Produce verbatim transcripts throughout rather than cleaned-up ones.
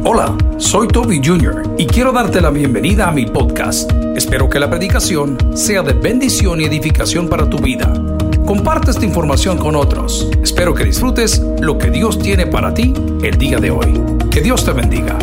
Hola, soy Toby junior y quiero darte la bienvenida a mi podcast. Espero que la predicación sea de bendición y edificación para tu vida. Comparte esta información con otros. Espero que disfrutes lo que Dios tiene para ti el día de hoy. Que Dios te bendiga.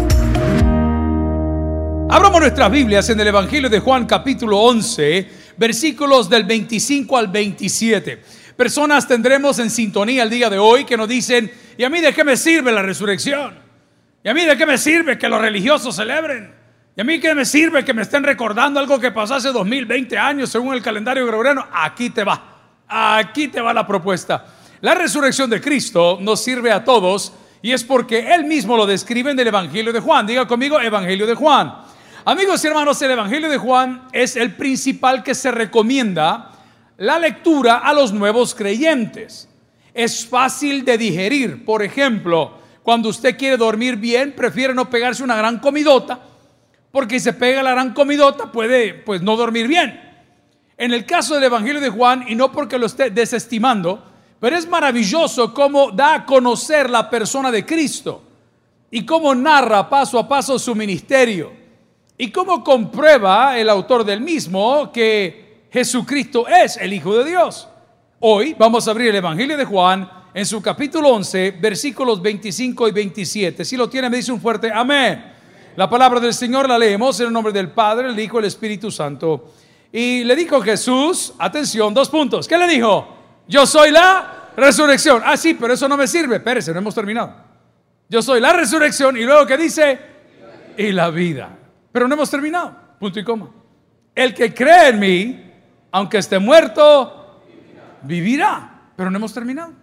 Abramos nuestras Biblias en el Evangelio de Juan capítulo once, versículos del veinticinco al veintisiete. Personas tendremos en sintonía el día de hoy que nos dicen: ¿y a mí de qué me sirve la resurrección? ¿Y a mí de qué me sirve que los religiosos celebren? ¿Y a mí qué me sirve que me estén recordando algo que pasó hace dos mil veinte años según el calendario gregoriano? Aquí te va, aquí te va la propuesta. La resurrección de Cristo nos sirve a todos, y es porque Él mismo lo describe en el Evangelio de Juan. Diga conmigo, Evangelio de Juan. Amigos y hermanos, el Evangelio de Juan es el principal que se recomienda la lectura a los nuevos creyentes. Es fácil de digerir. Por ejemplo, cuando usted quiere dormir bien, prefiere no pegarse una gran comidota, porque si se pega la gran comidota puede pues no dormir bien. En el caso del Evangelio de Juan, y no porque lo esté desestimando, pero es maravilloso cómo da a conocer la persona de Cristo y cómo narra paso a paso su ministerio. Y cómo comprueba el autor del mismo que Jesucristo es el Hijo de Dios. Hoy vamos a abrir el Evangelio de Juan en su capítulo once, versículos veinticinco y veintisiete. Si lo tiene, me dice un fuerte amén. La palabra del Señor la leemos en el nombre del Padre, el Hijo y el Espíritu Santo. Y le dijo Jesús, atención, dos puntos. ¿Qué le dijo? Yo soy la resurrección. Ah, sí, pero eso no me sirve. Espérese, no hemos terminado. Yo soy la resurrección, y luego ¿qué dice? Y la vida. Pero no hemos terminado, punto y coma. El que cree en mí, aunque esté muerto, vivirá. Pero no hemos terminado.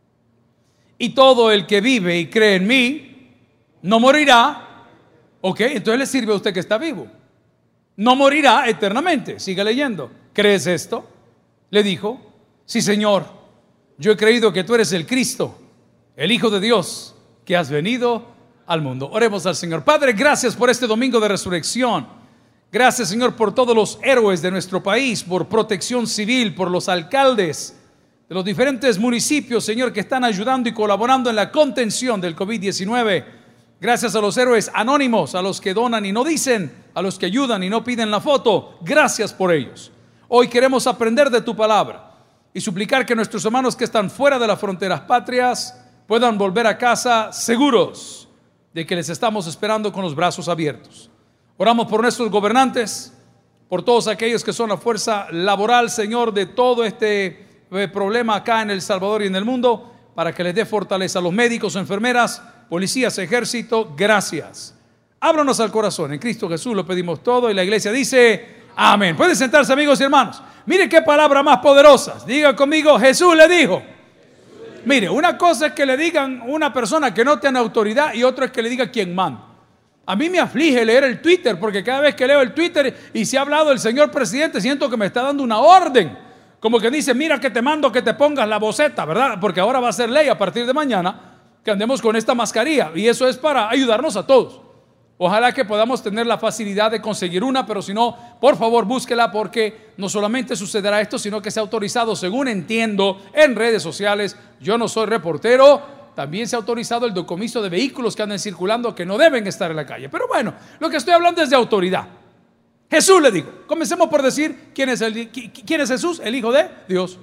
Y todo el que vive y cree en mí, no morirá. Ok, entonces le sirve a usted que está vivo. No morirá eternamente. Siga leyendo. ¿Crees esto? Le dijo: sí, Señor, yo he creído que tú eres el Cristo, el Hijo de Dios, que has venido al mundo. Oremos al Señor. Padre, gracias por este domingo de resurrección. Gracias, Señor, por todos los héroes de nuestro país, por Protección Civil, por los alcaldes de los diferentes municipios, Señor, que están ayudando y colaborando en la contención del COVID diecinueve. Gracias a los héroes anónimos, a los que donan y no dicen, a los que ayudan y no piden la foto. Gracias por ellos. Hoy queremos aprender de tu palabra y suplicar que nuestros hermanos que están fuera de las fronteras patrias puedan volver a casa seguros de que les estamos esperando con los brazos abiertos. Oramos por nuestros gobernantes, por todos aquellos que son la fuerza laboral, Señor, de todo este eh, problema acá en El Salvador y en el mundo, para que les dé fortaleza a los médicos, enfermeras, policías, ejército. Gracias. Ábranos al corazón. En Cristo Jesús lo pedimos todo, y la iglesia dice amén. Pueden sentarse, amigos y hermanos. Mire qué palabra más poderosa. Diga conmigo: Jesús le dijo. Mire, una cosa es que le digan una persona que no tiene autoridad, y otra es que le diga quien manda. A mí me aflige leer el Twitter, porque cada vez que leo el Twitter y se ha hablado del señor presidente, siento que me está dando una orden, como que dice: mira que te mando que te pongas la boceta, ¿verdad? Porque ahora va a ser ley a partir de mañana que andemos con esta mascarilla, y eso es para ayudarnos a todos. Ojalá que podamos tener la facilidad de conseguir una, pero si no, por favor búsquela, porque no solamente sucederá esto, sino que se ha autorizado, según entiendo, en redes sociales. Yo no soy reportero. También se ha autorizado el decomiso de vehículos que andan circulando, que no deben estar en la calle. Pero bueno, lo que estoy hablando es de autoridad. Jesús le dijo. Comencemos por decir quién es, el, quién es Jesús, el Hijo de Dios.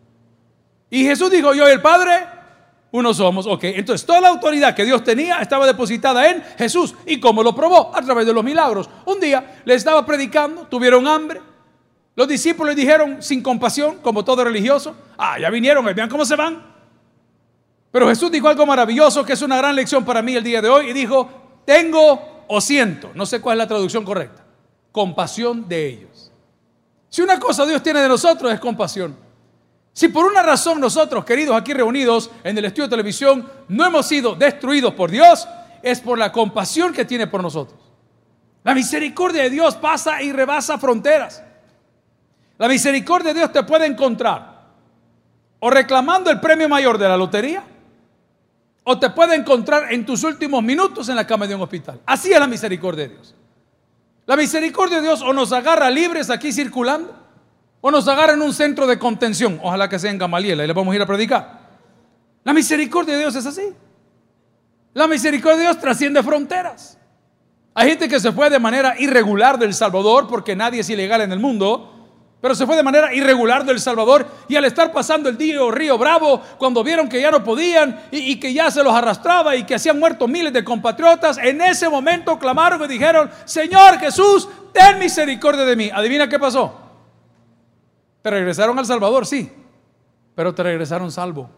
Y Jesús dijo: yo y el Padre uno somos. Ok, entonces toda la autoridad que Dios tenía estaba depositada en Jesús. ¿Y cómo lo probó? A través de los milagros. Un día le estaba predicando, tuvieron hambre. Los discípulos le dijeron, sin compasión, como todo religioso: ah, ya vinieron, vean cómo se van. Pero Jesús dijo algo maravilloso, que es una gran lección para mí el día de hoy, y dijo: tengo o siento, no sé cuál es la traducción correcta, compasión de ellos. Si una cosa Dios tiene de nosotros es compasión. Si por una razón nosotros, queridos aquí reunidos en el estudio de televisión, no hemos sido destruidos por Dios, es por la compasión que tiene por nosotros. La misericordia de Dios pasa y rebasa fronteras. La misericordia de Dios te puede encontrar o reclamando el premio mayor de la lotería, o te puede encontrar en tus últimos minutos en la cama de un hospital. Así es la misericordia de Dios. La misericordia de Dios o nos agarra libres aquí circulando, o nos agarra en un centro de contención. Ojalá que sea en Gamaliel, ahí le vamos a ir a predicar. La misericordia de Dios es así. La misericordia de Dios trasciende fronteras. Hay gente que se fue de manera irregular del Salvador, porque nadie es ilegal en el mundo, pero se fue de manera irregular del Salvador, y al estar pasando el río, río Bravo, cuando vieron que ya no podían y, y que ya se los arrastraba y que hacían muerto miles de compatriotas, en ese momento clamaron y dijeron: Señor Jesús, ten misericordia de mí. ¿Adivina qué pasó? Te regresaron al Salvador, sí, pero te regresaron salvo.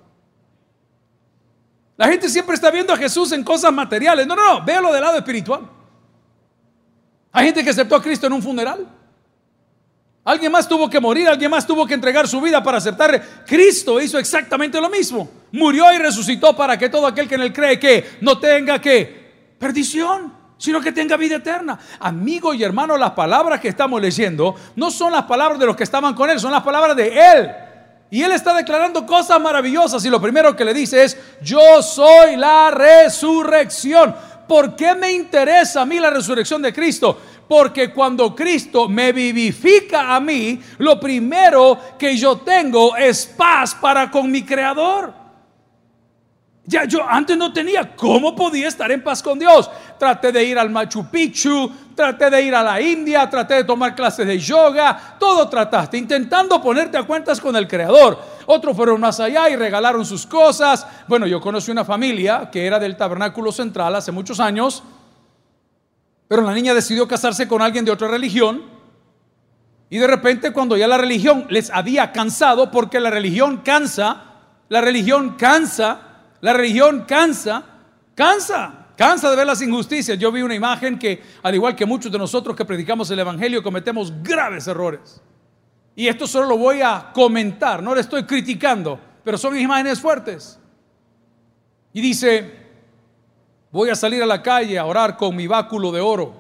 La gente siempre está viendo a Jesús en cosas materiales. No, no, no, véalo del lado espiritual. Hay gente que aceptó a Cristo en un funeral. Alguien más tuvo que morir, alguien más tuvo que entregar su vida para aceptarle. Cristo hizo exactamente lo mismo. Murió y resucitó para que todo aquel que en él cree que no tenga que perdición, sino que tenga vida eterna. Amigo y hermano, las palabras que estamos leyendo no son las palabras de los que estaban con él, son las palabras de él. Y él está declarando cosas maravillosas, y lo primero que le dice es: yo soy la resurrección. ¿Por qué me interesa a mí la resurrección de Cristo? Porque cuando Cristo me vivifica a mí, lo primero que yo tengo es paz para con mi Creador. Ya yo antes no tenía. ¿Cómo podía estar en paz con Dios? Traté de ir al Machu Picchu, traté de ir a la India, traté de tomar clases de yoga, todo trataste, intentando ponerte a cuentas con el Creador. Otros fueron más allá y regalaron sus cosas. Bueno, yo conocí una familia que era del Tabernáculo Central hace muchos años, pero la niña decidió casarse con alguien de otra religión, y de repente, cuando ya la religión les había cansado, porque la religión cansa, la religión cansa, la religión cansa, cansa, cansa de ver las injusticias. Yo vi una imagen que, al igual que muchos de nosotros que predicamos el evangelio, cometemos graves errores. Y esto solo lo voy a comentar, no le estoy criticando, pero son imágenes fuertes. Y dice: voy a salir a la calle a orar con mi báculo de oro,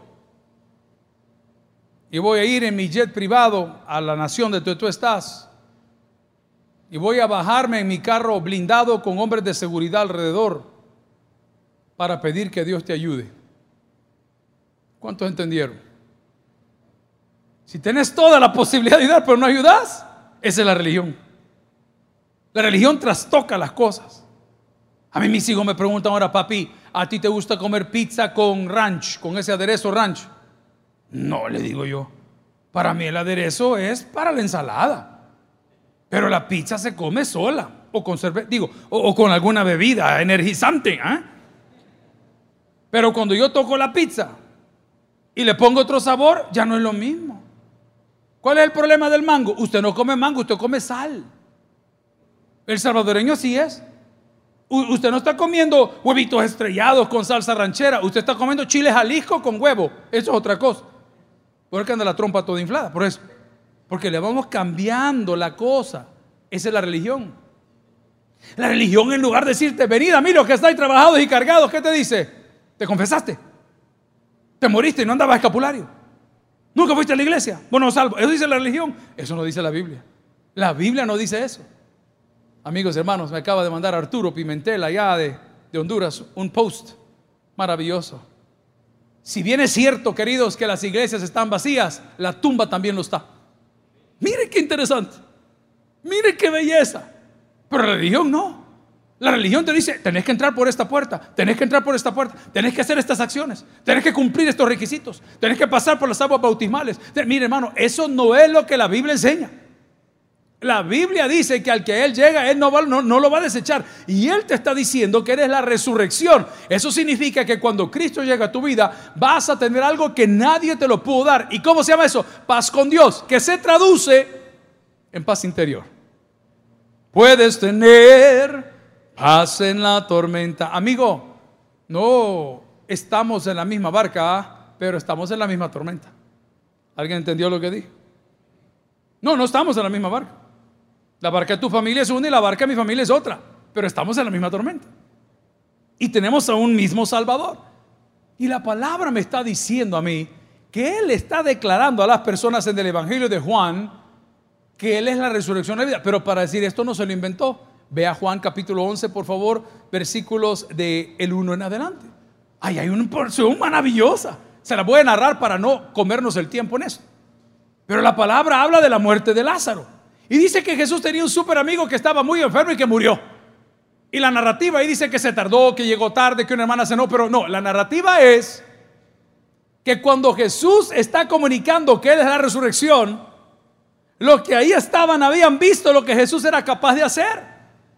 y voy a ir en mi jet privado a la nación de donde tú estás, y voy a bajarme en mi carro blindado con hombres de seguridad alrededor para pedir que Dios te ayude. ¿Cuántos entendieron? Si tenés toda la posibilidad de ayudar pero no ayudas, esa es la religión. La religión trastoca las cosas. A mí mis hijos me preguntan ahora: papi, ¿a ti te gusta comer pizza con ranch, con ese aderezo ranch? No, le digo yo, para mí el aderezo es para la ensalada, pero la pizza se come sola, o con cerveza, digo, o, o con alguna bebida energizante, ¿eh? Pero cuando yo toco la pizza y le pongo otro sabor, ya no es lo mismo. ¿Cuál es el problema del mango? Usted no come mango, usted come sal. El salvadoreño así es. U- usted no está comiendo huevitos estrellados con salsa ranchera, usted está comiendo chile Jalisco con huevo. Eso es otra cosa. Por eso anda la trompa toda inflada, por eso. Porque le vamos cambiando la cosa. Esa es la religión. La religión, en lugar de decirte: venid a mí los que estáis trabajados y cargados, ¿qué te dice? ¿Te confesaste? ¿Te moriste y no andabas escapulario? ¿Nunca fuiste a la iglesia? Bueno, salvo. Eso dice la religión. Eso no dice la Biblia. La Biblia no dice eso. Amigos, hermanos, me acaba de mandar Arturo Pimentel allá de, de Honduras un post maravilloso. Si bien es cierto, queridos, que las iglesias están vacías, la tumba también lo está. Miren qué interesante, miren qué belleza. Pero la religión no. La religión te dice: tenés que entrar por esta puerta, tenés que entrar por esta puerta, tenés que hacer estas acciones, tenés que cumplir estos requisitos, tenés que pasar por las aguas bautismales. Mire, hermano, eso no es lo que la Biblia enseña. La Biblia dice que al que Él llega, Él no, va, no, no lo va a desechar. Y Él te está diciendo que eres la resurrección. Eso significa que cuando Cristo llega a tu vida, vas a tener algo que nadie te lo pudo dar. ¿Y cómo se llama eso? Paz con Dios, que se traduce en paz interior. Puedes tener paz en la tormenta. Amigo, no estamos en la misma barca, pero estamos en la misma tormenta. ¿Alguien entendió lo que dije? No, no estamos en la misma barca. La barca de tu familia es una y la barca de mi familia es otra, pero estamos en la misma tormenta y tenemos a un mismo Salvador. Y la palabra me está diciendo a mí que Él está declarando a las personas en el Evangelio de Juan que Él es la resurrección de la vida. Pero para decir esto no se lo inventó. Ve a Juan capítulo once, por favor, versículos de el uno en adelante. Ay, hay una porción maravillosa. Se la voy a narrar para no comernos el tiempo en eso. Pero la palabra habla de la muerte de Lázaro. Y dice que Jesús tenía un súper amigo que estaba muy enfermo y que murió. Y la narrativa ahí dice que se tardó, que llegó tarde, que una hermana cenó, pero no, la narrativa es que cuando Jesús está comunicando que Él es la resurrección, los que ahí estaban habían visto lo que Jesús era capaz de hacer.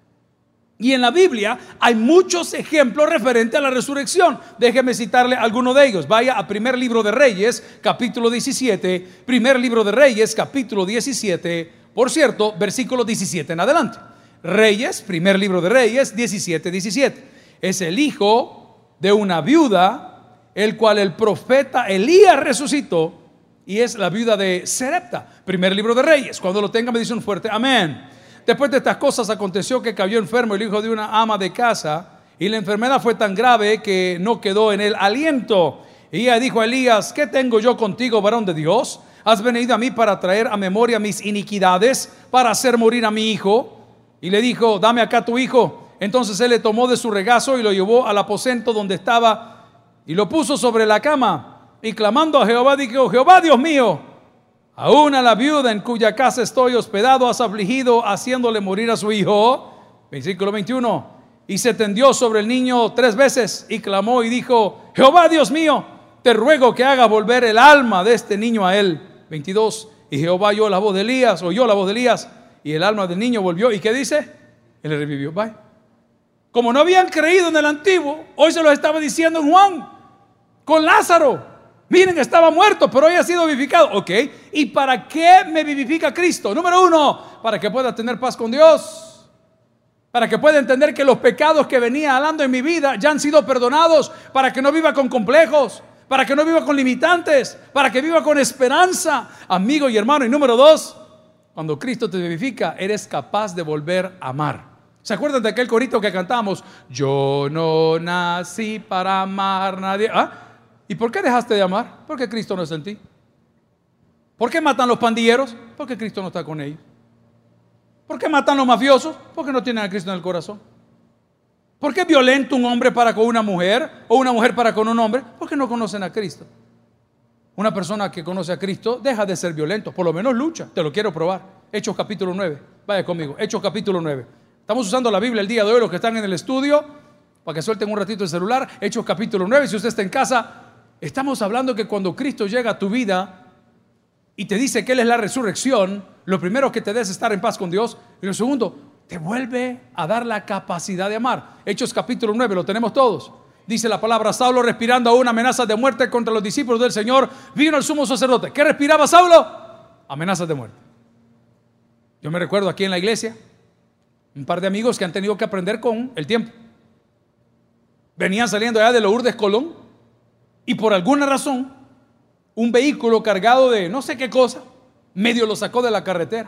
Y en la Biblia hay muchos ejemplos referentes a la resurrección. Déjeme citarle alguno de ellos. Vaya a primer libro de Reyes, capítulo diecisiete. Primer libro de Reyes, capítulo diecisiete. Por cierto, versículo diecisiete en adelante. Reyes, primer libro de Reyes, diecisiete, diecisiete. Es el hijo de una viuda, el cual el profeta Elías resucitó, y es la viuda de Serepta. Primer libro de Reyes. Cuando lo tenga me dice un fuerte amén. Después de estas cosas aconteció que cayó enfermo el hijo de una ama de casa, y la enfermedad fue tan grave que no quedó en él aliento. Y ella dijo a Elías: ¿qué tengo yo contigo, varón de Dios? ¿Has venido a mí para traer a memoria mis iniquidades, para hacer morir a mi hijo? Y le dijo: dame acá tu hijo. Entonces él le tomó de su regazo y lo llevó al aposento donde estaba, y lo puso sobre la cama, y clamando a Jehová dijo: Jehová Dios mío, aún a la viuda en cuya casa estoy hospedado has afligido, haciéndole morir a su hijo. Versículo veintiuno. Y se tendió sobre el niño tres veces y clamó y dijo: Jehová Dios mío, te ruego que hagas volver el alma de este niño a él. veintidós. Y Jehová oyó la voz de Elías, oyó la voz de Elías, y el alma del niño volvió. ¿Y qué dice? Él le revivió. Bye. Como no habían creído en el antiguo, hoy se lo estaba diciendo en Juan con Lázaro. Miren, estaba muerto, pero hoy ha sido vivificado. Ok, ¿y para qué me vivifica Cristo? Número uno, para que pueda tener paz con Dios, para que pueda entender que los pecados que venía hablando en mi vida ya han sido perdonados, para que no viva con complejos, para que no viva con limitantes, para que viva con esperanza, amigo y hermano. Y número dos, cuando Cristo te vivifica, eres capaz de volver a amar. ¿Se acuerdan de aquel corito que cantamos? Yo no nací para amar a nadie. ¿Ah? ¿Y por qué dejaste de amar? Porque Cristo no está en ti. ¿Por qué matan los pandilleros? Porque Cristo no está con ellos. ¿Por qué matan los mafiosos? Porque no tienen a Cristo en el corazón. ¿Por qué es violento un hombre para con una mujer o una mujer para con un hombre? Porque no conocen a Cristo. Una persona que conoce a Cristo deja de ser violento, por lo menos lucha. Te lo quiero probar. Hechos capítulo nueve. Vaya conmigo. Hechos capítulo nueve. Estamos usando la Biblia el día de hoy, los que están en el estudio, para que suelten un ratito el celular. Hechos capítulo nueve. Si usted está en casa, estamos hablando que cuando Cristo llega a tu vida y te dice que Él es la resurrección, lo primero que te des es estar en paz con Dios. Y lo segundo, te vuelve a dar la capacidad de amar. Hechos capítulo nueve, lo tenemos todos. Dice la palabra: Saulo, respirando aún amenazas de muerte contra los discípulos del Señor, vino el sumo sacerdote. ¿Qué respiraba Saulo? Amenazas de muerte. Yo me recuerdo aquí en la iglesia un par de amigos que han tenido que aprender con el tiempo. Venían saliendo allá de Lourdes, Colón, y por alguna razón un vehículo cargado de no sé qué cosa medio lo sacó de la carretera,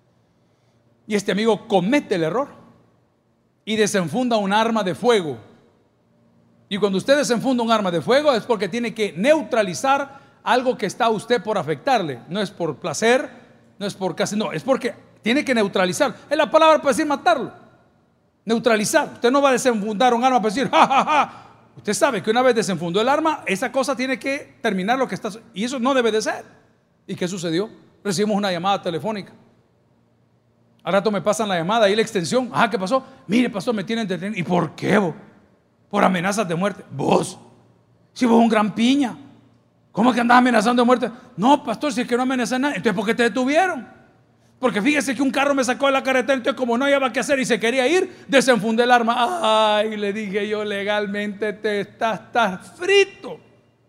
y este amigo comete el error y desenfunda un arma de fuego. Y cuando usted desenfunda un arma de fuego es porque tiene que neutralizar algo que está a usted por afectarle. No es por placer, no es por casi, no, es porque tiene que neutralizar. Es la palabra para decir matarlo. Neutralizar. Usted no va a desenfundar un arma para decir ja, ja, ja. Usted sabe que una vez desenfundó el arma, esa cosa tiene que terminar lo que está, y eso no debe de ser. ¿Y qué sucedió? Recibimos una llamada telefónica. Al rato me pasan la llamada y la extensión. Ah, ¿qué pasó? Mire, pastor, me tienen detenido. ¿Y por qué vos? Por amenazas de muerte. Vos, si vos un gran piña, ¿cómo que andás amenazando de muerte? No, pastor, si es que no amenazan nada. Entonces, ¿por qué te detuvieron? Porque fíjese que un carro me sacó de la carretera, entonces como no había qué hacer y se quería ir, desenfundé el arma. Ay, le dije yo, legalmente te estás, estás frito.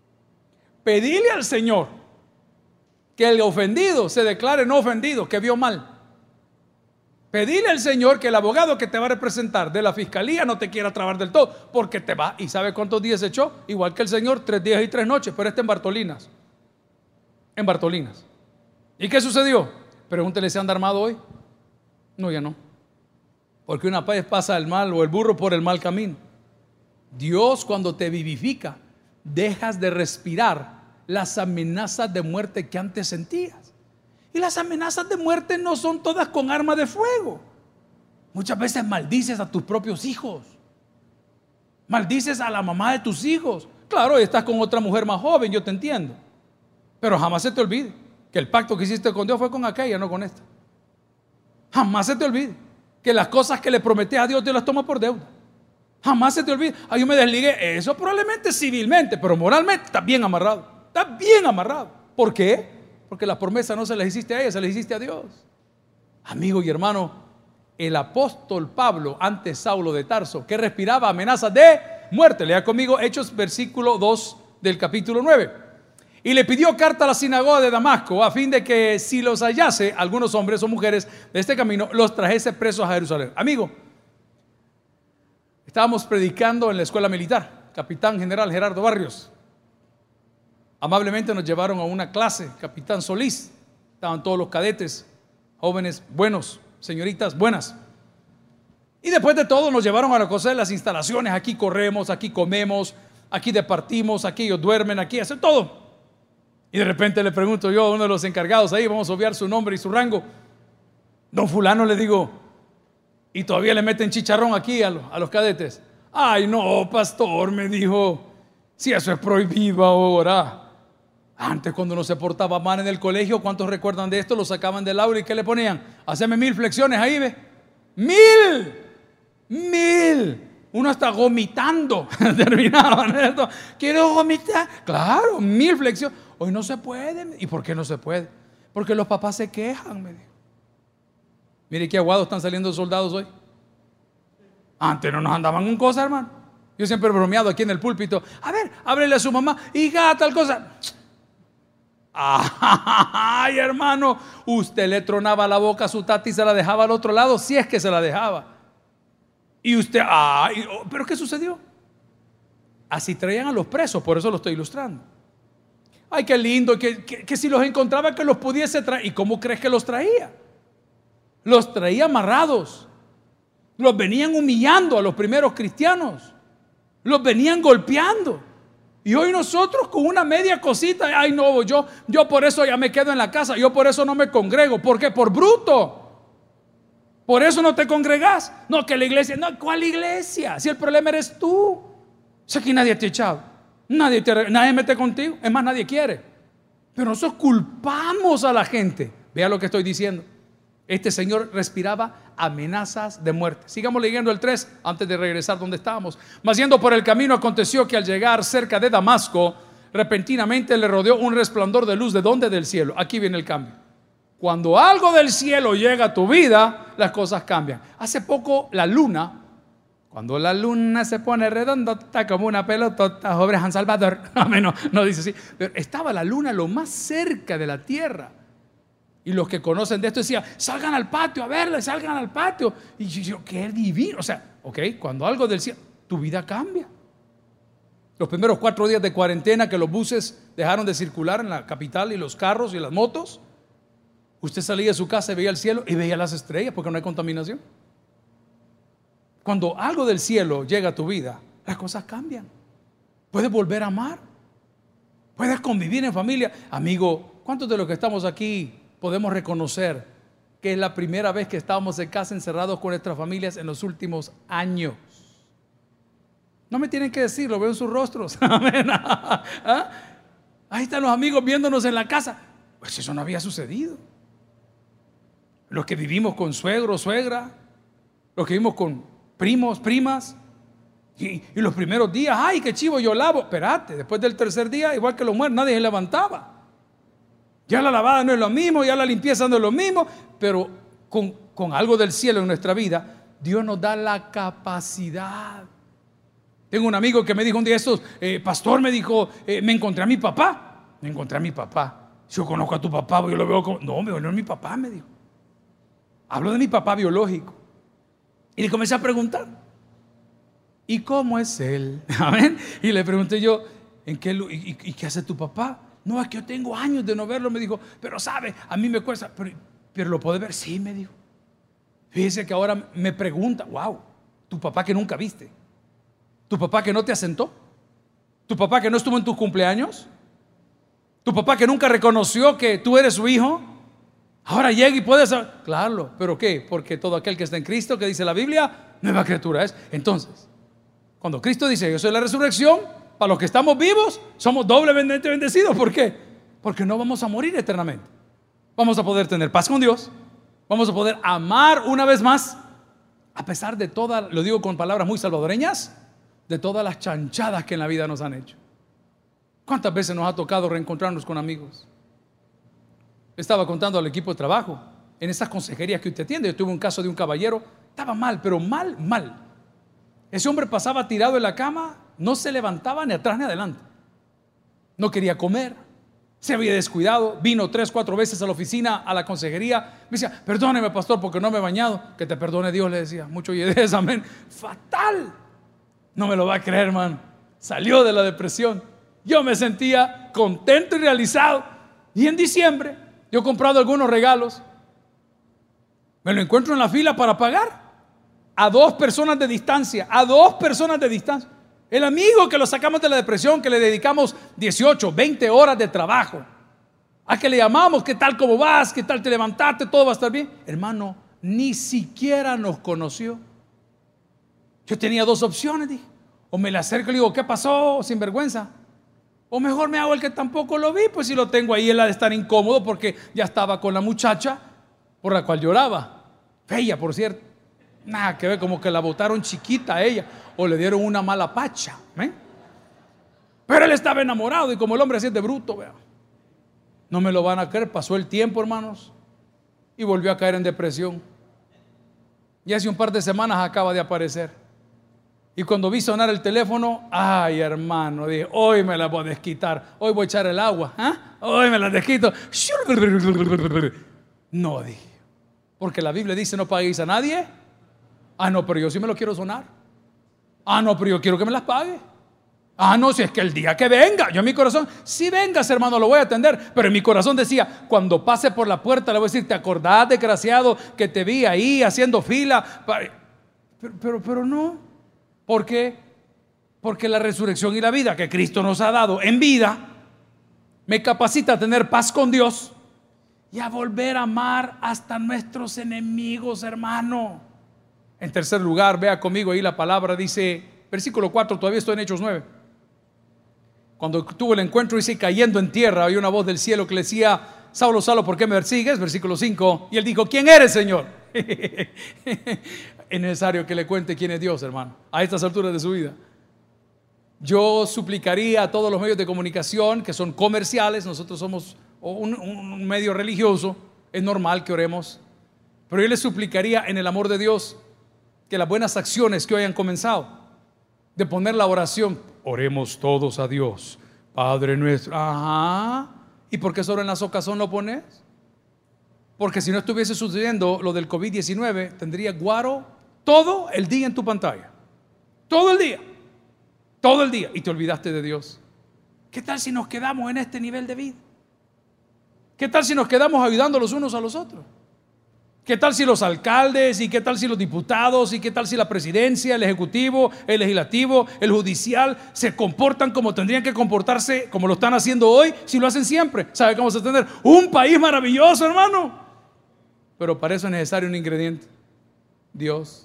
Pedile al Señor que el ofendido se declare no ofendido, que vio mal. Pedile al Señor que el abogado que te va a representar de la fiscalía no te quiera trabar del todo, porque te va. ¿Y sabe cuántos días se echó? Igual que el Señor, tres días y tres noches, pero este en Bartolinas. En Bartolinas. ¿Y qué sucedió? Pregúntele si anda armado hoy. No, ya no. Porque una vez pasa el mal o el burro por el mal camino. Dios, cuando te vivifica, dejas de respirar las amenazas de muerte que antes sentías. Y las amenazas de muerte no son todas con arma de fuego. Muchas veces maldices a tus propios hijos. Maldices a la mamá de tus hijos. Claro, estás con otra mujer más joven, yo te entiendo. Pero jamás se te olvide que el pacto que hiciste con Dios fue con aquella, no con esta. Jamás se te olvide. que las cosas que le prometes a Dios, Dios las toma por deuda. Jamás se te olvida. Ah, yo me desligué. Eso probablemente civilmente, pero moralmente está bien amarrado. Está bien amarrado. ¿Por qué? Porque las promesas no se las hiciste a ella, se las hiciste a Dios. Amigo y hermano, el apóstol Pablo, antes Saulo de Tarso, que respiraba amenazas de muerte. Lea conmigo Hechos versículo dos del capítulo nueve. Y le pidió carta a la sinagoga de Damasco, a fin de que si los hallase algunos hombres o mujeres de este camino, los trajese presos a Jerusalén. Amigo, estábamos predicando en la escuela militar. Capitán General Gerardo Barrios amablemente nos llevaron a una clase. Capitán Solís, estaban todos los cadetes, jóvenes buenos, señoritas buenas. Y después de todo nos llevaron a recoger las instalaciones. Aquí corremos, aquí comemos, aquí departimos, aquí ellos duermen, aquí hacen todo. Y de repente le pregunto yo a uno de los encargados ahí, vamos a obviar su nombre y su rango. Don fulano, le digo, y todavía le meten chicharrón aquí a los, a los cadetes. Ay no, pastor, me dijo, si eso es prohibido ahora. Antes, cuando no se portaba mal en el colegio, ¿cuántos recuerdan de esto? Lo sacaban del aula y ¿qué le ponían? Haceme mil flexiones ahí, ve. ¡Mil! ¡Mil! Uno está vomitando. Terminaban esto. ¿Quiero vomitar? Claro, mil flexiones. Hoy no se puede. ¿Y por qué no se puede? Porque los papás se quejan, me dijo. Mire qué aguados están saliendo soldados hoy. Antes no nos andaban con cosas, hermano. Yo siempre he bromeado aquí en el púlpito. A ver, ábrele a su mamá. Hija, tal cosa. Ay, hermano, usted le tronaba la boca a su tati y se la dejaba al otro lado, si es que se la dejaba. Y usted, ay, pero ¿qué sucedió? Así traían a los presos, por eso lo estoy ilustrando. Ay, qué lindo, que, que, que si los encontraba que los pudiese traer. ¿Y cómo crees que los traía? Los traía amarrados. Los venían humillando a los primeros cristianos. Los venían golpeando. Y hoy nosotros con una media cosita, ay no, yo, yo por eso ya me quedo en la casa, yo por eso no me congrego. ¿Por qué? Por bruto. Por eso no te congregas. No, que la iglesia, no, ¿cuál iglesia? Si el problema eres tú. Si aquí nadie te ha echado, nadie te, nadie mete contigo, es más, nadie quiere. Pero nosotros culpamos a la gente. Vea lo que estoy diciendo. Este señor respiraba amenazas de muerte. Sigamos leyendo el tres antes de regresar donde estábamos. Mas yendo por el camino, aconteció que al llegar cerca de Damasco, repentinamente le rodeó un resplandor de luz. ¿De dónde? Del cielo. Aquí viene el cambio. Cuando algo del cielo llega a tu vida, las cosas cambian. Hace poco la luna, cuando la luna se pone redondota como una pelotota, sobre San Salvador, no, no dice así, pero estaba la luna lo más cerca de la tierra. Y los que conocen de esto decían, salgan al patio a verla, salgan al patio. Y yo, qué divino. O sea, ok, cuando algo del cielo, tu vida cambia. Los primeros cuatro días de cuarentena que los buses dejaron de circular en la capital y los carros y las motos, usted salía de su casa y veía el cielo y veía las estrellas porque no hay contaminación. Cuando algo del cielo llega a tu vida, las cosas cambian. Puedes volver a amar. Puedes convivir en familia. Amigo, ¿cuántos de los que estamos aquí podemos reconocer que es la primera vez que estábamos en casa encerrados con nuestras familias en los últimos años? No me tienen que decir, lo veo en sus rostros. ¿Ah? Ahí están los amigos viéndonos en la casa. Pues eso no había sucedido. Los que vivimos con suegro, suegra, los que vivimos con primos, primas, y, y los primeros días, ay, qué chivo, yo lavo. Espérate, después del tercer día, igual que los muertos, nadie se levantaba. Ya la lavada no es lo mismo, ya la limpieza no es lo mismo, pero con, con algo del cielo en nuestra vida, Dios nos da la capacidad. Tengo un amigo que me dijo un día estos, eh, pastor, me dijo, eh, me encontré a mi papá. Me encontré a mi papá. Yo conozco a tu papá, yo lo veo como, no, no es mi papá, me dijo. Hablo de mi papá biológico. Y le comencé a preguntar, ¿y cómo es él? ¿Amén? Y le pregunté yo, ¿en qué, y, y qué hace tu papá? No, es que yo tengo años de no verlo, me dijo, pero sabe, a mí me cuesta, pero, pero lo puede ver, sí, me dijo. Fíjese que ahora me pregunta, wow, tu papá que nunca viste, tu papá que no te asentó, tu papá que no estuvo en tus cumpleaños, tu papá que nunca reconoció que tú eres su hijo, ahora llega y puedes, claro, pero ¿qué? Porque todo aquel que está en Cristo, que dice la Biblia, nueva criatura es. Entonces, cuando Cristo dice, yo soy la resurrección, para los que estamos vivos, somos doblemente bendecidos. ¿Por qué? Porque no vamos a morir eternamente. Vamos a poder tener paz con Dios. Vamos a poder amar una vez más. A pesar de todas, lo digo con palabras muy salvadoreñas, de todas las chanchadas que en la vida nos han hecho. ¿Cuántas veces nos ha tocado reencontrarnos con amigos? Estaba contando al equipo de trabajo, en esas consejerías que usted atiende, yo tuve un caso de un caballero, estaba mal, pero mal, mal. Ese hombre pasaba tirado en la cama, no se levantaba ni atrás ni adelante. No quería comer, se había descuidado, vino tres, cuatro veces a la oficina, a la consejería. Me decía, perdóneme pastor porque no me he bañado. Que te perdone Dios, le decía. Mucho y de eso, amén. Fatal. No me lo va a creer, hermano. Salió de la depresión. Yo me sentía contento y realizado. Y en diciembre yo he comprado algunos regalos. Me lo encuentro en la fila para pagar. A dos personas de distancia. A dos personas de distancia. El amigo que lo sacamos de la depresión, que le dedicamos dieciocho, veinte horas de trabajo, a que le llamamos, ¿qué tal, cómo vas? ¿Qué tal te levantaste? ¿Todo va a estar bien? Hermano, ni siquiera nos conoció. Yo tenía dos opciones, dije. O me le acerco y le digo, ¿qué pasó? Sin vergüenza. O mejor me hago el que tampoco lo vi, pues si lo tengo ahí, él ha de estar incómodo porque ya estaba con la muchacha por la cual lloraba. Bella, por cierto. Nada que ver, como que la botaron chiquita a ella o le dieron una mala pacha, ¿eh? Pero él estaba enamorado y como el hombre así es de bruto, vea. No me lo van a creer, pasó el tiempo, hermanos, y volvió a caer en depresión. Y hace un par de semanas acaba de aparecer. Y cuando vi sonar el teléfono, ay, hermano, dije, hoy me la voy a desquitar, hoy voy a echar el agua, ¿eh? Hoy me la desquito. No, dije, porque la Biblia dice no paguéis a nadie. Ah, no, pero yo sí me lo quiero sonar. Ah, no, pero yo quiero que me las pague. Ah, no, si es que el día que venga, yo en mi corazón, si vengas, hermano, lo voy a atender. Pero en mi corazón decía, cuando pase por la puerta le voy a decir, ¿te acordás, desgraciado, que te vi ahí haciendo fila? Pero, pero, pero no. ¿Por qué? Porque la resurrección y la vida que Cristo nos ha dado en vida me capacita a tener paz con Dios y a volver a amar hasta nuestros enemigos, hermano. En tercer lugar, vea conmigo ahí la palabra, dice, versículo cuatro, todavía estoy en Hechos nueve. Cuando tuvo el encuentro, dice, cayendo en tierra, había una voz del cielo que le decía, Saulo, Saulo, ¿por qué me persigues? Versículo cinco. Y él dijo, ¿quién eres, Señor? Es necesario que le cuente quién es Dios, hermano, a estas alturas de su vida. Yo suplicaría a todos los medios de comunicación que son comerciales, nosotros somos un, un medio religioso, es normal que oremos, pero yo les suplicaría en el amor de Dios que las buenas acciones que hoy han comenzado, de poner la oración, oremos todos a Dios, Padre nuestro. Ajá. ¿Y por qué solo en la ocasión lo pones? Porque si no estuviese sucediendo lo del COVID diecinueve, tendría guaro todo el día en tu pantalla. Todo el día. Todo el día. Y te olvidaste de Dios. ¿Qué tal si nos quedamos en este nivel de vida? ¿Qué tal si nos quedamos ayudando los unos a los otros? ¿Qué tal si los alcaldes y qué tal si los diputados y qué tal si la presidencia, el ejecutivo, el legislativo, el judicial se comportan como tendrían que comportarse, como lo están haciendo hoy, si lo hacen siempre? ¿Sabe cómo vamos a tener un país maravilloso, hermano? Pero para eso es necesario un ingrediente: Dios.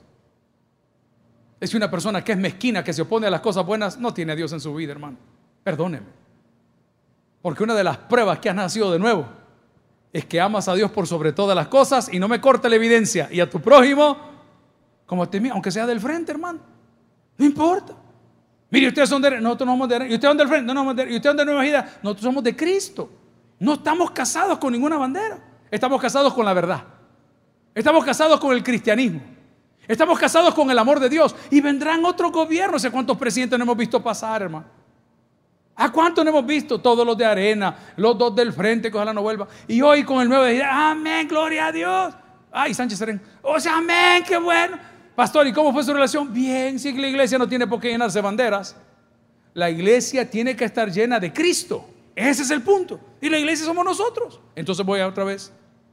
Es que una persona que es mezquina, que se opone a las cosas buenas, no tiene a Dios en su vida, hermano. Perdóneme. Porque una de las pruebas que has nacido de nuevo es que amas a Dios por sobre todas las cosas y no me corta la evidencia, y a tu prójimo como te mira, aunque sea del frente, hermano, no importa. Mire, ustedes son de, nosotros no somos de, y ustedes son del frente, no, no, y ustedes son de Nueva Vida, nosotros somos de Cristo. No estamos casados con ninguna bandera, estamos casados con la verdad, estamos casados con el cristianismo, estamos casados con el amor de Dios. Y vendrán otros gobiernos. ¿A cuántos presidentes no hemos visto pasar, hermano? ¿A cuántos no hemos visto? Todos los de arena, los dos del frente, que ojalá no vuelva. Y hoy con el nuevo de amén, gloria a Dios. Ay, Sánchez Serén, o sea, amén, qué bueno. Pastor, ¿y cómo fue su relación? Bien. Si la iglesia no tiene por qué llenarse de banderas, la iglesia tiene que estar llena de Cristo. Ese es el punto. Y la iglesia somos nosotros. Entonces voy a otra vez.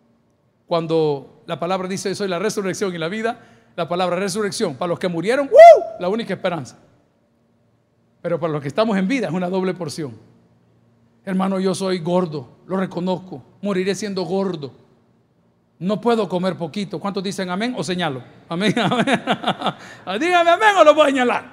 Cuando la palabra dice soy la resurrección y la vida, la palabra resurrección para los que murieron, ¡uh!, la única esperanza. Pero para los que estamos en vida es una doble porción. Hermano, yo soy gordo, lo reconozco, moriré siendo gordo. No puedo comer poquito. ¿Cuántos dicen amén o señalo? Amén, amén. Dígame amén o lo voy a señalar.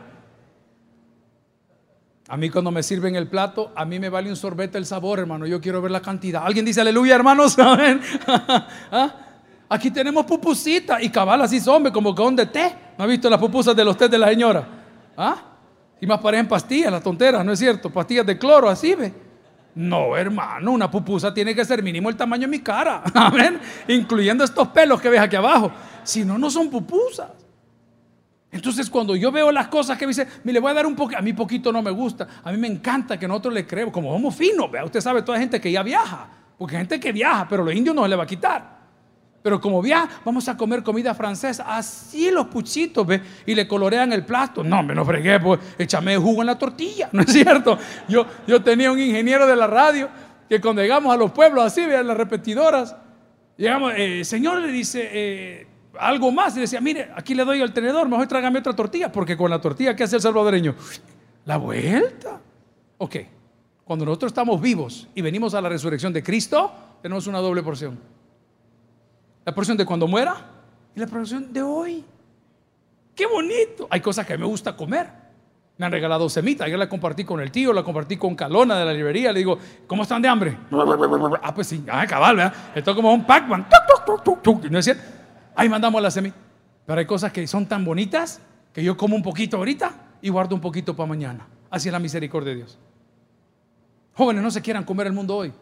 A mí cuando me sirven el plato, a mí me vale un sorbete el sabor, hermano. Yo quiero ver la cantidad. ¿Alguien dice aleluya, hermanos? Amén. ¿Ah? Aquí tenemos pupusitas y cabal así son, hombre, como con de té. ¿No ha visto las pupusas de los té de la señora? ¿Ah? Y más parecen pastillas, las tonteras, ¿no es cierto? Pastillas de cloro, así ve. No, hermano, una pupusa tiene que ser mínimo el tamaño de mi cara. Amén. Incluyendo estos pelos que ves aquí abajo. Si no, no son pupusas. Entonces cuando yo veo las cosas que me dice, me le voy a dar un poquito, a mí poquito no me gusta, a mí me encanta que nosotros le creemos, como somos finos, vea, usted sabe, toda gente que ya viaja, porque hay gente que viaja, pero los indios no se le va a quitar. Pero como viaja, vamos a comer comida francesa, así los puchitos, ve, y le colorean el plato. No, me no fregué, pues échame jugo en la tortilla, ¿no es cierto? Yo, yo tenía un ingeniero de la radio que cuando llegamos a los pueblos así, vean las repetidoras, llegamos, eh, señor, le dice, eh, algo más, y le decía, mire, aquí le doy el tenedor, mejor trágame otra tortilla, porque con la tortilla, ¿qué hace el salvadoreño? La vuelta. Ok, cuando nosotros estamos vivos y venimos a la resurrección de Cristo, tenemos una doble porción. La porción de cuando muera y la porción de hoy. ¡Qué bonito! Hay cosas que a mí me gusta comer. Me han regalado semita, ayer la compartí con el tío, la compartí con Calona de la librería, le digo, ¿cómo están de hambre? Ah, pues sí, ah, cabal, ¿verdad? Esto es como un Pac-Man. ¿No es cierto? Ahí mandamos la semilla. Pero hay cosas que son tan bonitas que yo como un poquito ahorita y guardo un poquito para mañana. Así es la misericordia de Dios. Jóvenes, no se quieran comer el mundo hoy.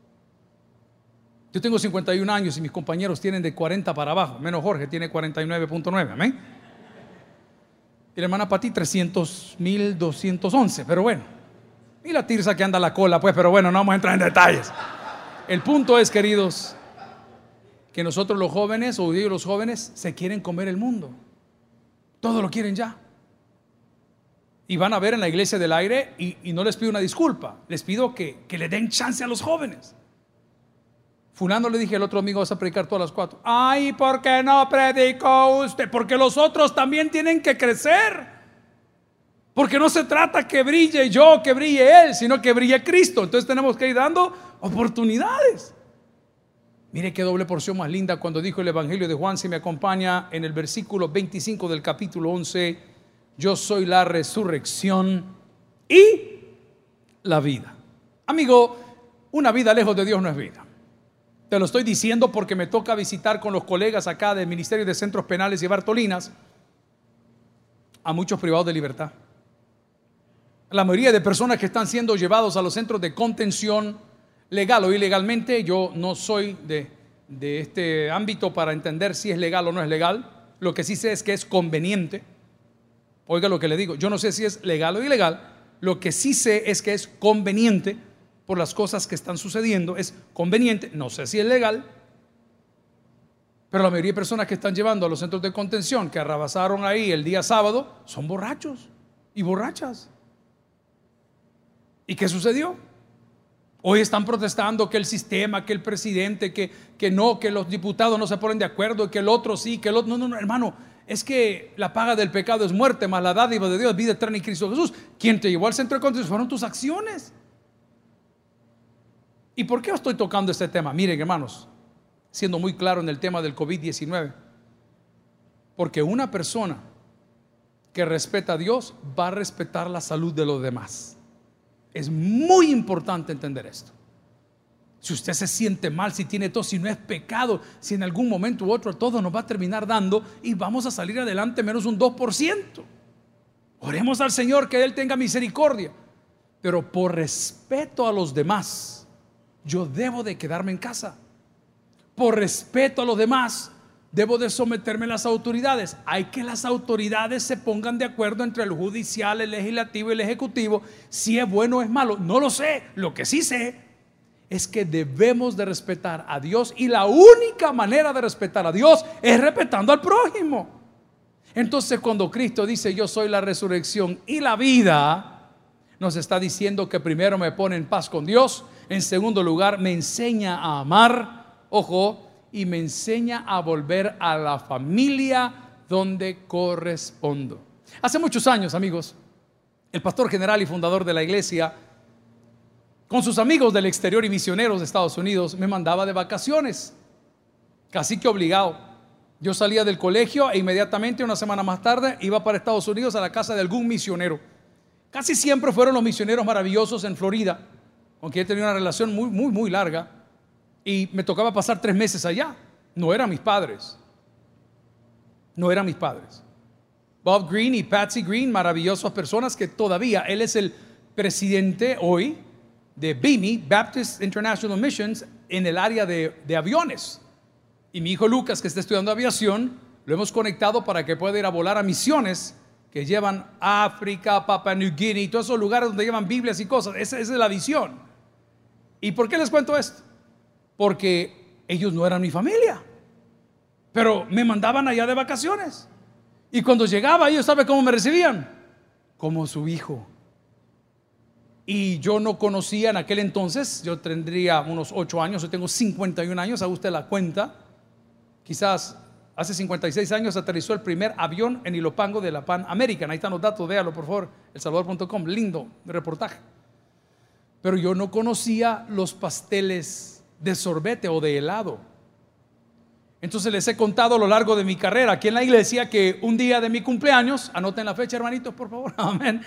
Yo tengo cincuenta y un años y mis compañeros tienen de cuarenta para abajo, menos Jorge, tiene cuarenta y nueve punto nueve, amén. Y la hermana Pati trescientos mil doscientos once, pero bueno. Y la Tirsa que anda a la cola, pues, pero bueno, no vamos a entrar en detalles. El punto es, queridos, que nosotros los jóvenes, o digo los jóvenes, se quieren comer el mundo. Todo lo quieren ya. Y van a ver en la iglesia del aire, y, y no les pido una disculpa, les pido que, que le den chance a los jóvenes. Fulano le dije el otro domingo, vas a predicar todas las cuatro. Ay, ¿por qué no predicó usted? Porque los otros también tienen que crecer. Porque no se trata que brille yo, que brille él, sino que brille Cristo. Entonces tenemos que ir dando oportunidades. Mire qué doble porción más linda cuando dijo el Evangelio de Juan, si me acompaña en el versículo veinticinco del capítulo once, yo soy la resurrección y la vida. Amigo, una vida lejos de Dios no es vida. Te lo estoy diciendo porque me toca visitar con los colegas acá del Ministerio de Centros Penales y Bartolinas a muchos privados de libertad. La mayoría de personas que están siendo llevados a los centros de contención, legal o ilegalmente, yo no soy de, de este ámbito para entender si es legal o no es legal. Lo que sí sé es que es conveniente. Oiga lo que le digo, yo no sé si es legal o ilegal. Lo que sí sé es que es conveniente por las cosas que están sucediendo, es conveniente, no sé si es legal, pero la mayoría de personas que están llevando a los centros de contención, que arrabasaron ahí el día sábado, son borrachos y borrachas. ¿Y qué sucedió? Hoy están protestando que el sistema, que el presidente, que, que no, que los diputados no se ponen de acuerdo, que el otro sí, que el otro, no, no, no, hermano, es que la paga del pecado es muerte, más la dádiva de Dios, vida eterna en Cristo Jesús. ¿Quién te llevó al centro de contención? Fueron tus acciones. ¿Y por qué estoy tocando este tema? Miren, hermanos, siendo muy claro en el tema del COVID diecinueve, porque una persona que respeta a Dios va a respetar la salud de los demás. Es muy importante entender esto. Si usted se siente mal, si tiene tos, si no es pecado, si en algún momento u otro todo nos va a terminar dando y vamos a salir adelante menos un dos por ciento. Oremos al Señor que Él tenga misericordia, pero por respeto a los demás yo debo de quedarme en casa. Por respeto a los demás debo de someterme a las autoridades. Hay que las autoridades se pongan de acuerdo entre el judicial, el legislativo y el ejecutivo, si es bueno o es malo. No lo sé. Lo que sí sé es que debemos de respetar a Dios, y la única manera de respetar a Dios es respetando al prójimo. Entonces, cuando Cristo dice yo soy la resurrección y la vida, nos está diciendo que primero me pone en paz con Dios, en segundo lugar me enseña a amar, ojo, y me enseña a volver a la familia donde correspondo. Hace muchos años, amigos, el pastor general y fundador de la iglesia, con sus amigos del exterior y misioneros de Estados Unidos, me mandaba de vacaciones, casi que obligado. Yo salía del colegio e inmediatamente, una semana más tarde, iba para Estados Unidos a la casa de algún misionero. Casi siempre fueron los misioneros maravillosos en Florida, con quien he tenido una relación muy, muy, muy larga, y me tocaba pasar tres meses allá. no eran mis padres. No eran mis padres. Bob Green y Patsy Green, maravillosas personas que todavía, él es el presidente hoy de B I M I, Baptist International Missions, en el área de, de aviones. Y mi hijo Lucas, que está estudiando aviación, lo hemos conectado para que pueda ir a volar a misiones que llevan a África, Papua New Guinea, todos esos lugares donde llevan Biblias y cosas. Esa, esa es la visión. ¿Y por qué les cuento esto? Porque ellos no eran mi familia, pero me mandaban allá de vacaciones. Y cuando llegaba, ellos, ¿sabe cómo me recibían? Como su hijo. Y yo no conocía en aquel entonces, yo tendría unos ocho años, yo tengo cincuenta y un años, haga usted la cuenta. Quizás hace cincuenta y seis años aterrizó el primer avión en Ilopango de la Pan American. Ahí están los datos, véalo por favor, el salvador punto com, lindo reportaje. Pero yo no conocía los pasteles de sorbete o de helado. Entonces les he contado a lo largo de mi carrera aquí en la iglesia que un día de mi cumpleaños, anoten la fecha, hermanitos, por favor, amén.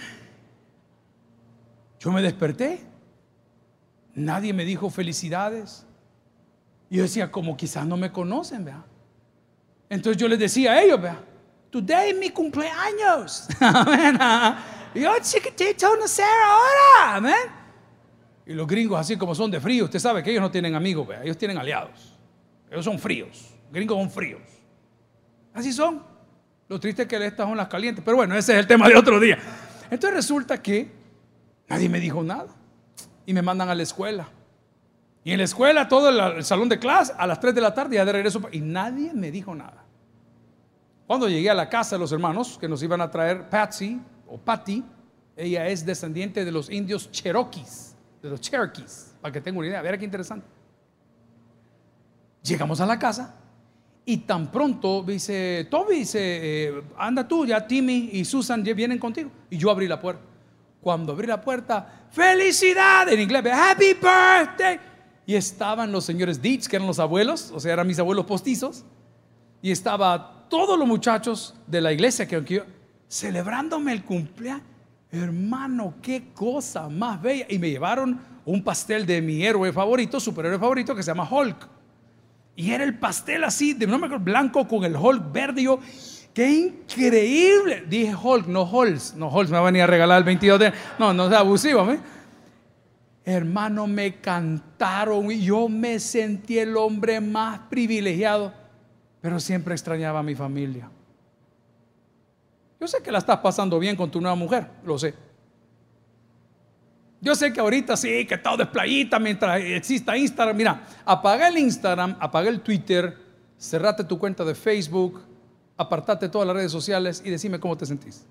Yo me desperté, nadie me dijo felicidades. Y yo decía, como quizás no me conocen, ¿verdad? Entonces yo les decía a ellos, ¿verdad? Today es mi cumpleaños, amén. Yo chiquitito no sé ahora, amén. Y los gringos, así como son de frío, usted sabe que ellos no tienen amigos, ¿verdad? Ellos tienen aliados. Ellos son fríos. Gringos son fríos. Así son. Lo triste es que estas son las calientes. Pero bueno, ese es el tema de otro día. Entonces resulta que nadie me dijo nada. Y me mandan a la escuela. Y en la escuela, todo el, el salón de clase, a las tres de la tarde, ya de regreso. Y nadie me dijo nada. Cuando llegué a la casa de los hermanos, que nos iban a traer Patsy o Patty, ella es descendiente de los indios Cherokees, de los Cherokees, para que tengan una idea. A ver qué interesante. Llegamos a la casa. Y tan pronto dice Toby, dice, eh, anda tú, ya Timmy y Susan ya vienen contigo. Y yo abrí la puerta. Cuando abrí la puerta, ¡felicidad! En inglés, ¡happy birthday! Y estaban los señores Dietz, que eran los abuelos, o sea, eran mis abuelos postizos. Y estaba todos los muchachos de la iglesia que, que yo, celebrándome el cumpleaños. Hermano, qué cosa más bella. Y me llevaron un pastel de mi héroe favorito, superhéroe favorito, que se llama Hulk. Y era el pastel así, de no me acuerdo, blanco con el Hulk verde. Yo, ¡qué increíble! Dije Hulk, no Hulk. No Hulk me va a venir a regalar el veintidós de... No, no es abusivo, ¿eh? Hermano, me cantaron y yo me sentí el hombre más privilegiado. Pero siempre extrañaba a mi familia. Yo sé que la estás pasando bien con tu nueva mujer, lo sé. Yo sé que ahorita sí, que todo es playita mientras exista Instagram. Mira, apaga el Instagram, apaga el Twitter, cerrate tu cuenta de Facebook, apartate todas las redes sociales y decime cómo te sentís.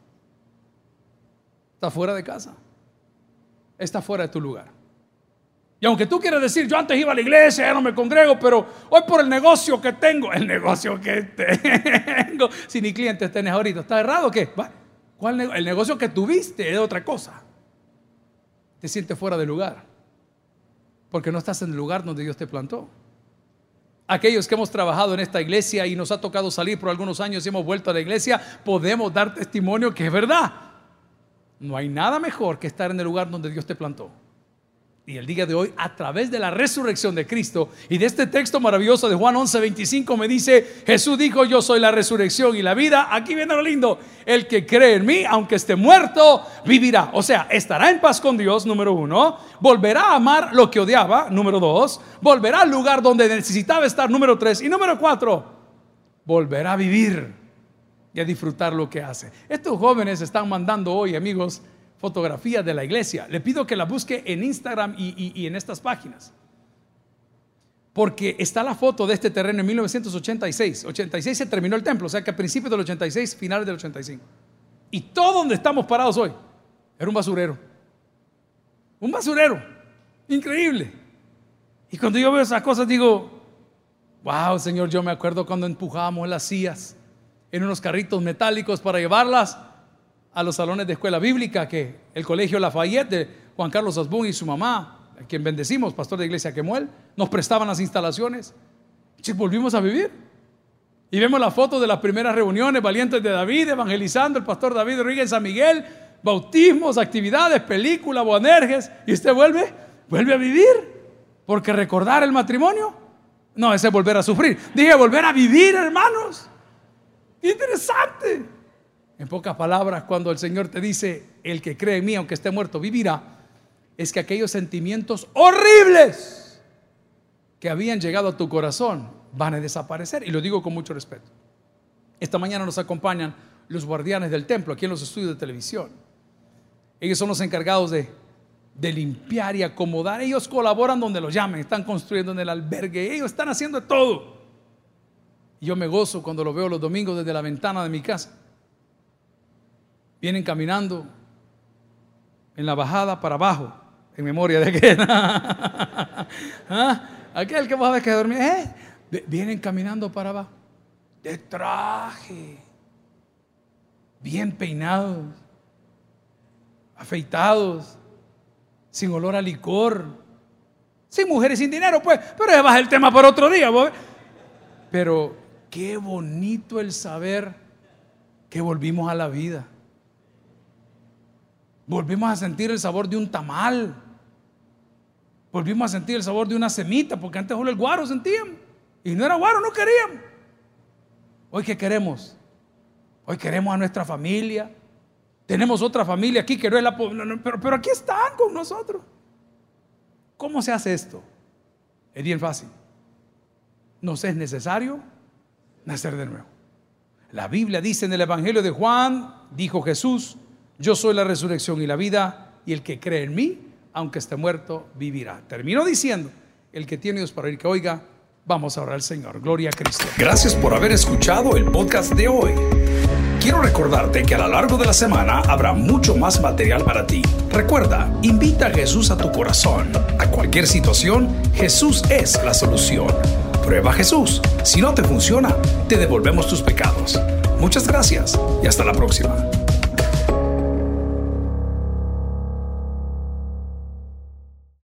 Estás fuera de casa, estás fuera de tu lugar. Y aunque tú quieras decir, yo antes iba a la iglesia, ya no me congrego, pero hoy por el negocio que tengo, el negocio que tengo, si ni clientes tenés ahorita, ¿está errado o qué? ¿Cuál negocio? El negocio que tuviste es otra cosa. Te sientes fuera de lugar porque no estás en el lugar donde Dios te plantó. Aquellos que hemos trabajado en esta iglesia y nos ha tocado salir por algunos años y hemos vuelto a la iglesia, podemos dar testimonio que es verdad. No hay nada mejor que estar en el lugar donde Dios te plantó. Y el día de hoy, a través de la resurrección de Cristo y de este texto maravilloso de Juan once veinticinco, me dice, Jesús dijo, yo soy la resurrección y la vida. Aquí viene lo lindo: el que cree en mí, aunque esté muerto, vivirá. O sea, estará en paz con Dios, número uno. Volverá a amar lo que odiaba, número dos. Volverá al lugar donde necesitaba estar, número tres. Y número cuatro, volverá a vivir y a disfrutar lo que hace. Estos jóvenes están mandando hoy, amigos, fotografías de la iglesia. Le pido que la busque en Instagram y, y, y en estas páginas, porque está la foto de este terreno en mil novecientos ochenta y seis. ochenta y seis se terminó el templo, o sea que a principios del ochenta y seis, finales del ochenta y cinco. Y todo donde estamos parados hoy era un basurero. Un basurero. Increíble. Y cuando yo veo esas cosas digo, wow, Señor, yo me acuerdo cuando empujábamos las sillas en unos carritos metálicos para llevarlas a los salones de escuela bíblica que el colegio Lafayette de Juan Carlos Asbun y su mamá, a quien bendecimos, pastor de iglesia Quemuel, nos prestaban las instalaciones. Y volvimos a vivir. Y vemos la foto de las primeras reuniones, Valientes de David, evangelizando, el pastor David Rodríguez en San Miguel, bautismos, actividades, películas, Boanerges. Y usted vuelve, vuelve a vivir. Porque recordar el matrimonio No, ese es volver a sufrir. Dije volver a vivir, hermanos. ¡Qué interesante! En pocas palabras, cuando el Señor te dice, el que cree en mí, aunque esté muerto, vivirá, es que aquellos sentimientos horribles que habían llegado a tu corazón van a desaparecer. Y lo digo con mucho respeto. Esta mañana nos acompañan los guardianes del templo aquí en los estudios de televisión. Ellos son los encargados de, de limpiar y acomodar. Ellos colaboran donde los llamen, están construyendo en el albergue, ellos están haciendo todo. Y yo me gozo cuando lo veo los domingos desde la ventana de mi casa. Vienen caminando en la bajada para abajo, en memoria de aquel. ¿Ah? Aquel que vos sabés que dormía, ¿eh? Vienen caminando para abajo, de traje, bien peinados, afeitados, sin olor a licor, sin mujeres, sin dinero, pues. Pero ese va el tema para otro día, ¿vos? Pero qué bonito el saber que volvimos a la vida. Volvimos a sentir el sabor de un tamal. Volvimos a sentir el sabor de una semita, porque antes solo el guaro sentíamos. Y no era guaro, no queríamos. Hoy, ¿qué queremos? Hoy queremos a nuestra familia. Tenemos otra familia aquí que no es la... Pero, pero aquí están con nosotros. ¿Cómo se hace esto? Es bien fácil. Nos es necesario nacer de nuevo. La Biblia dice en el Evangelio de Juan, dijo Jesús: yo soy la resurrección y la vida, y el que cree en mí, aunque esté muerto, vivirá. Terminó diciendo: el que tiene oídos para oír, que oiga. Vamos a orar al Señor. Gloria a Cristo. Gracias por haber escuchado el podcast de hoy. Quiero recordarte que a lo largo de la semana habrá mucho más material para ti. Recuerda, invita a Jesús a tu corazón. A cualquier situación, Jesús es la solución. Prueba a Jesús. Si no te funciona, te devolvemos tus pecados. Muchas gracias y hasta la próxima.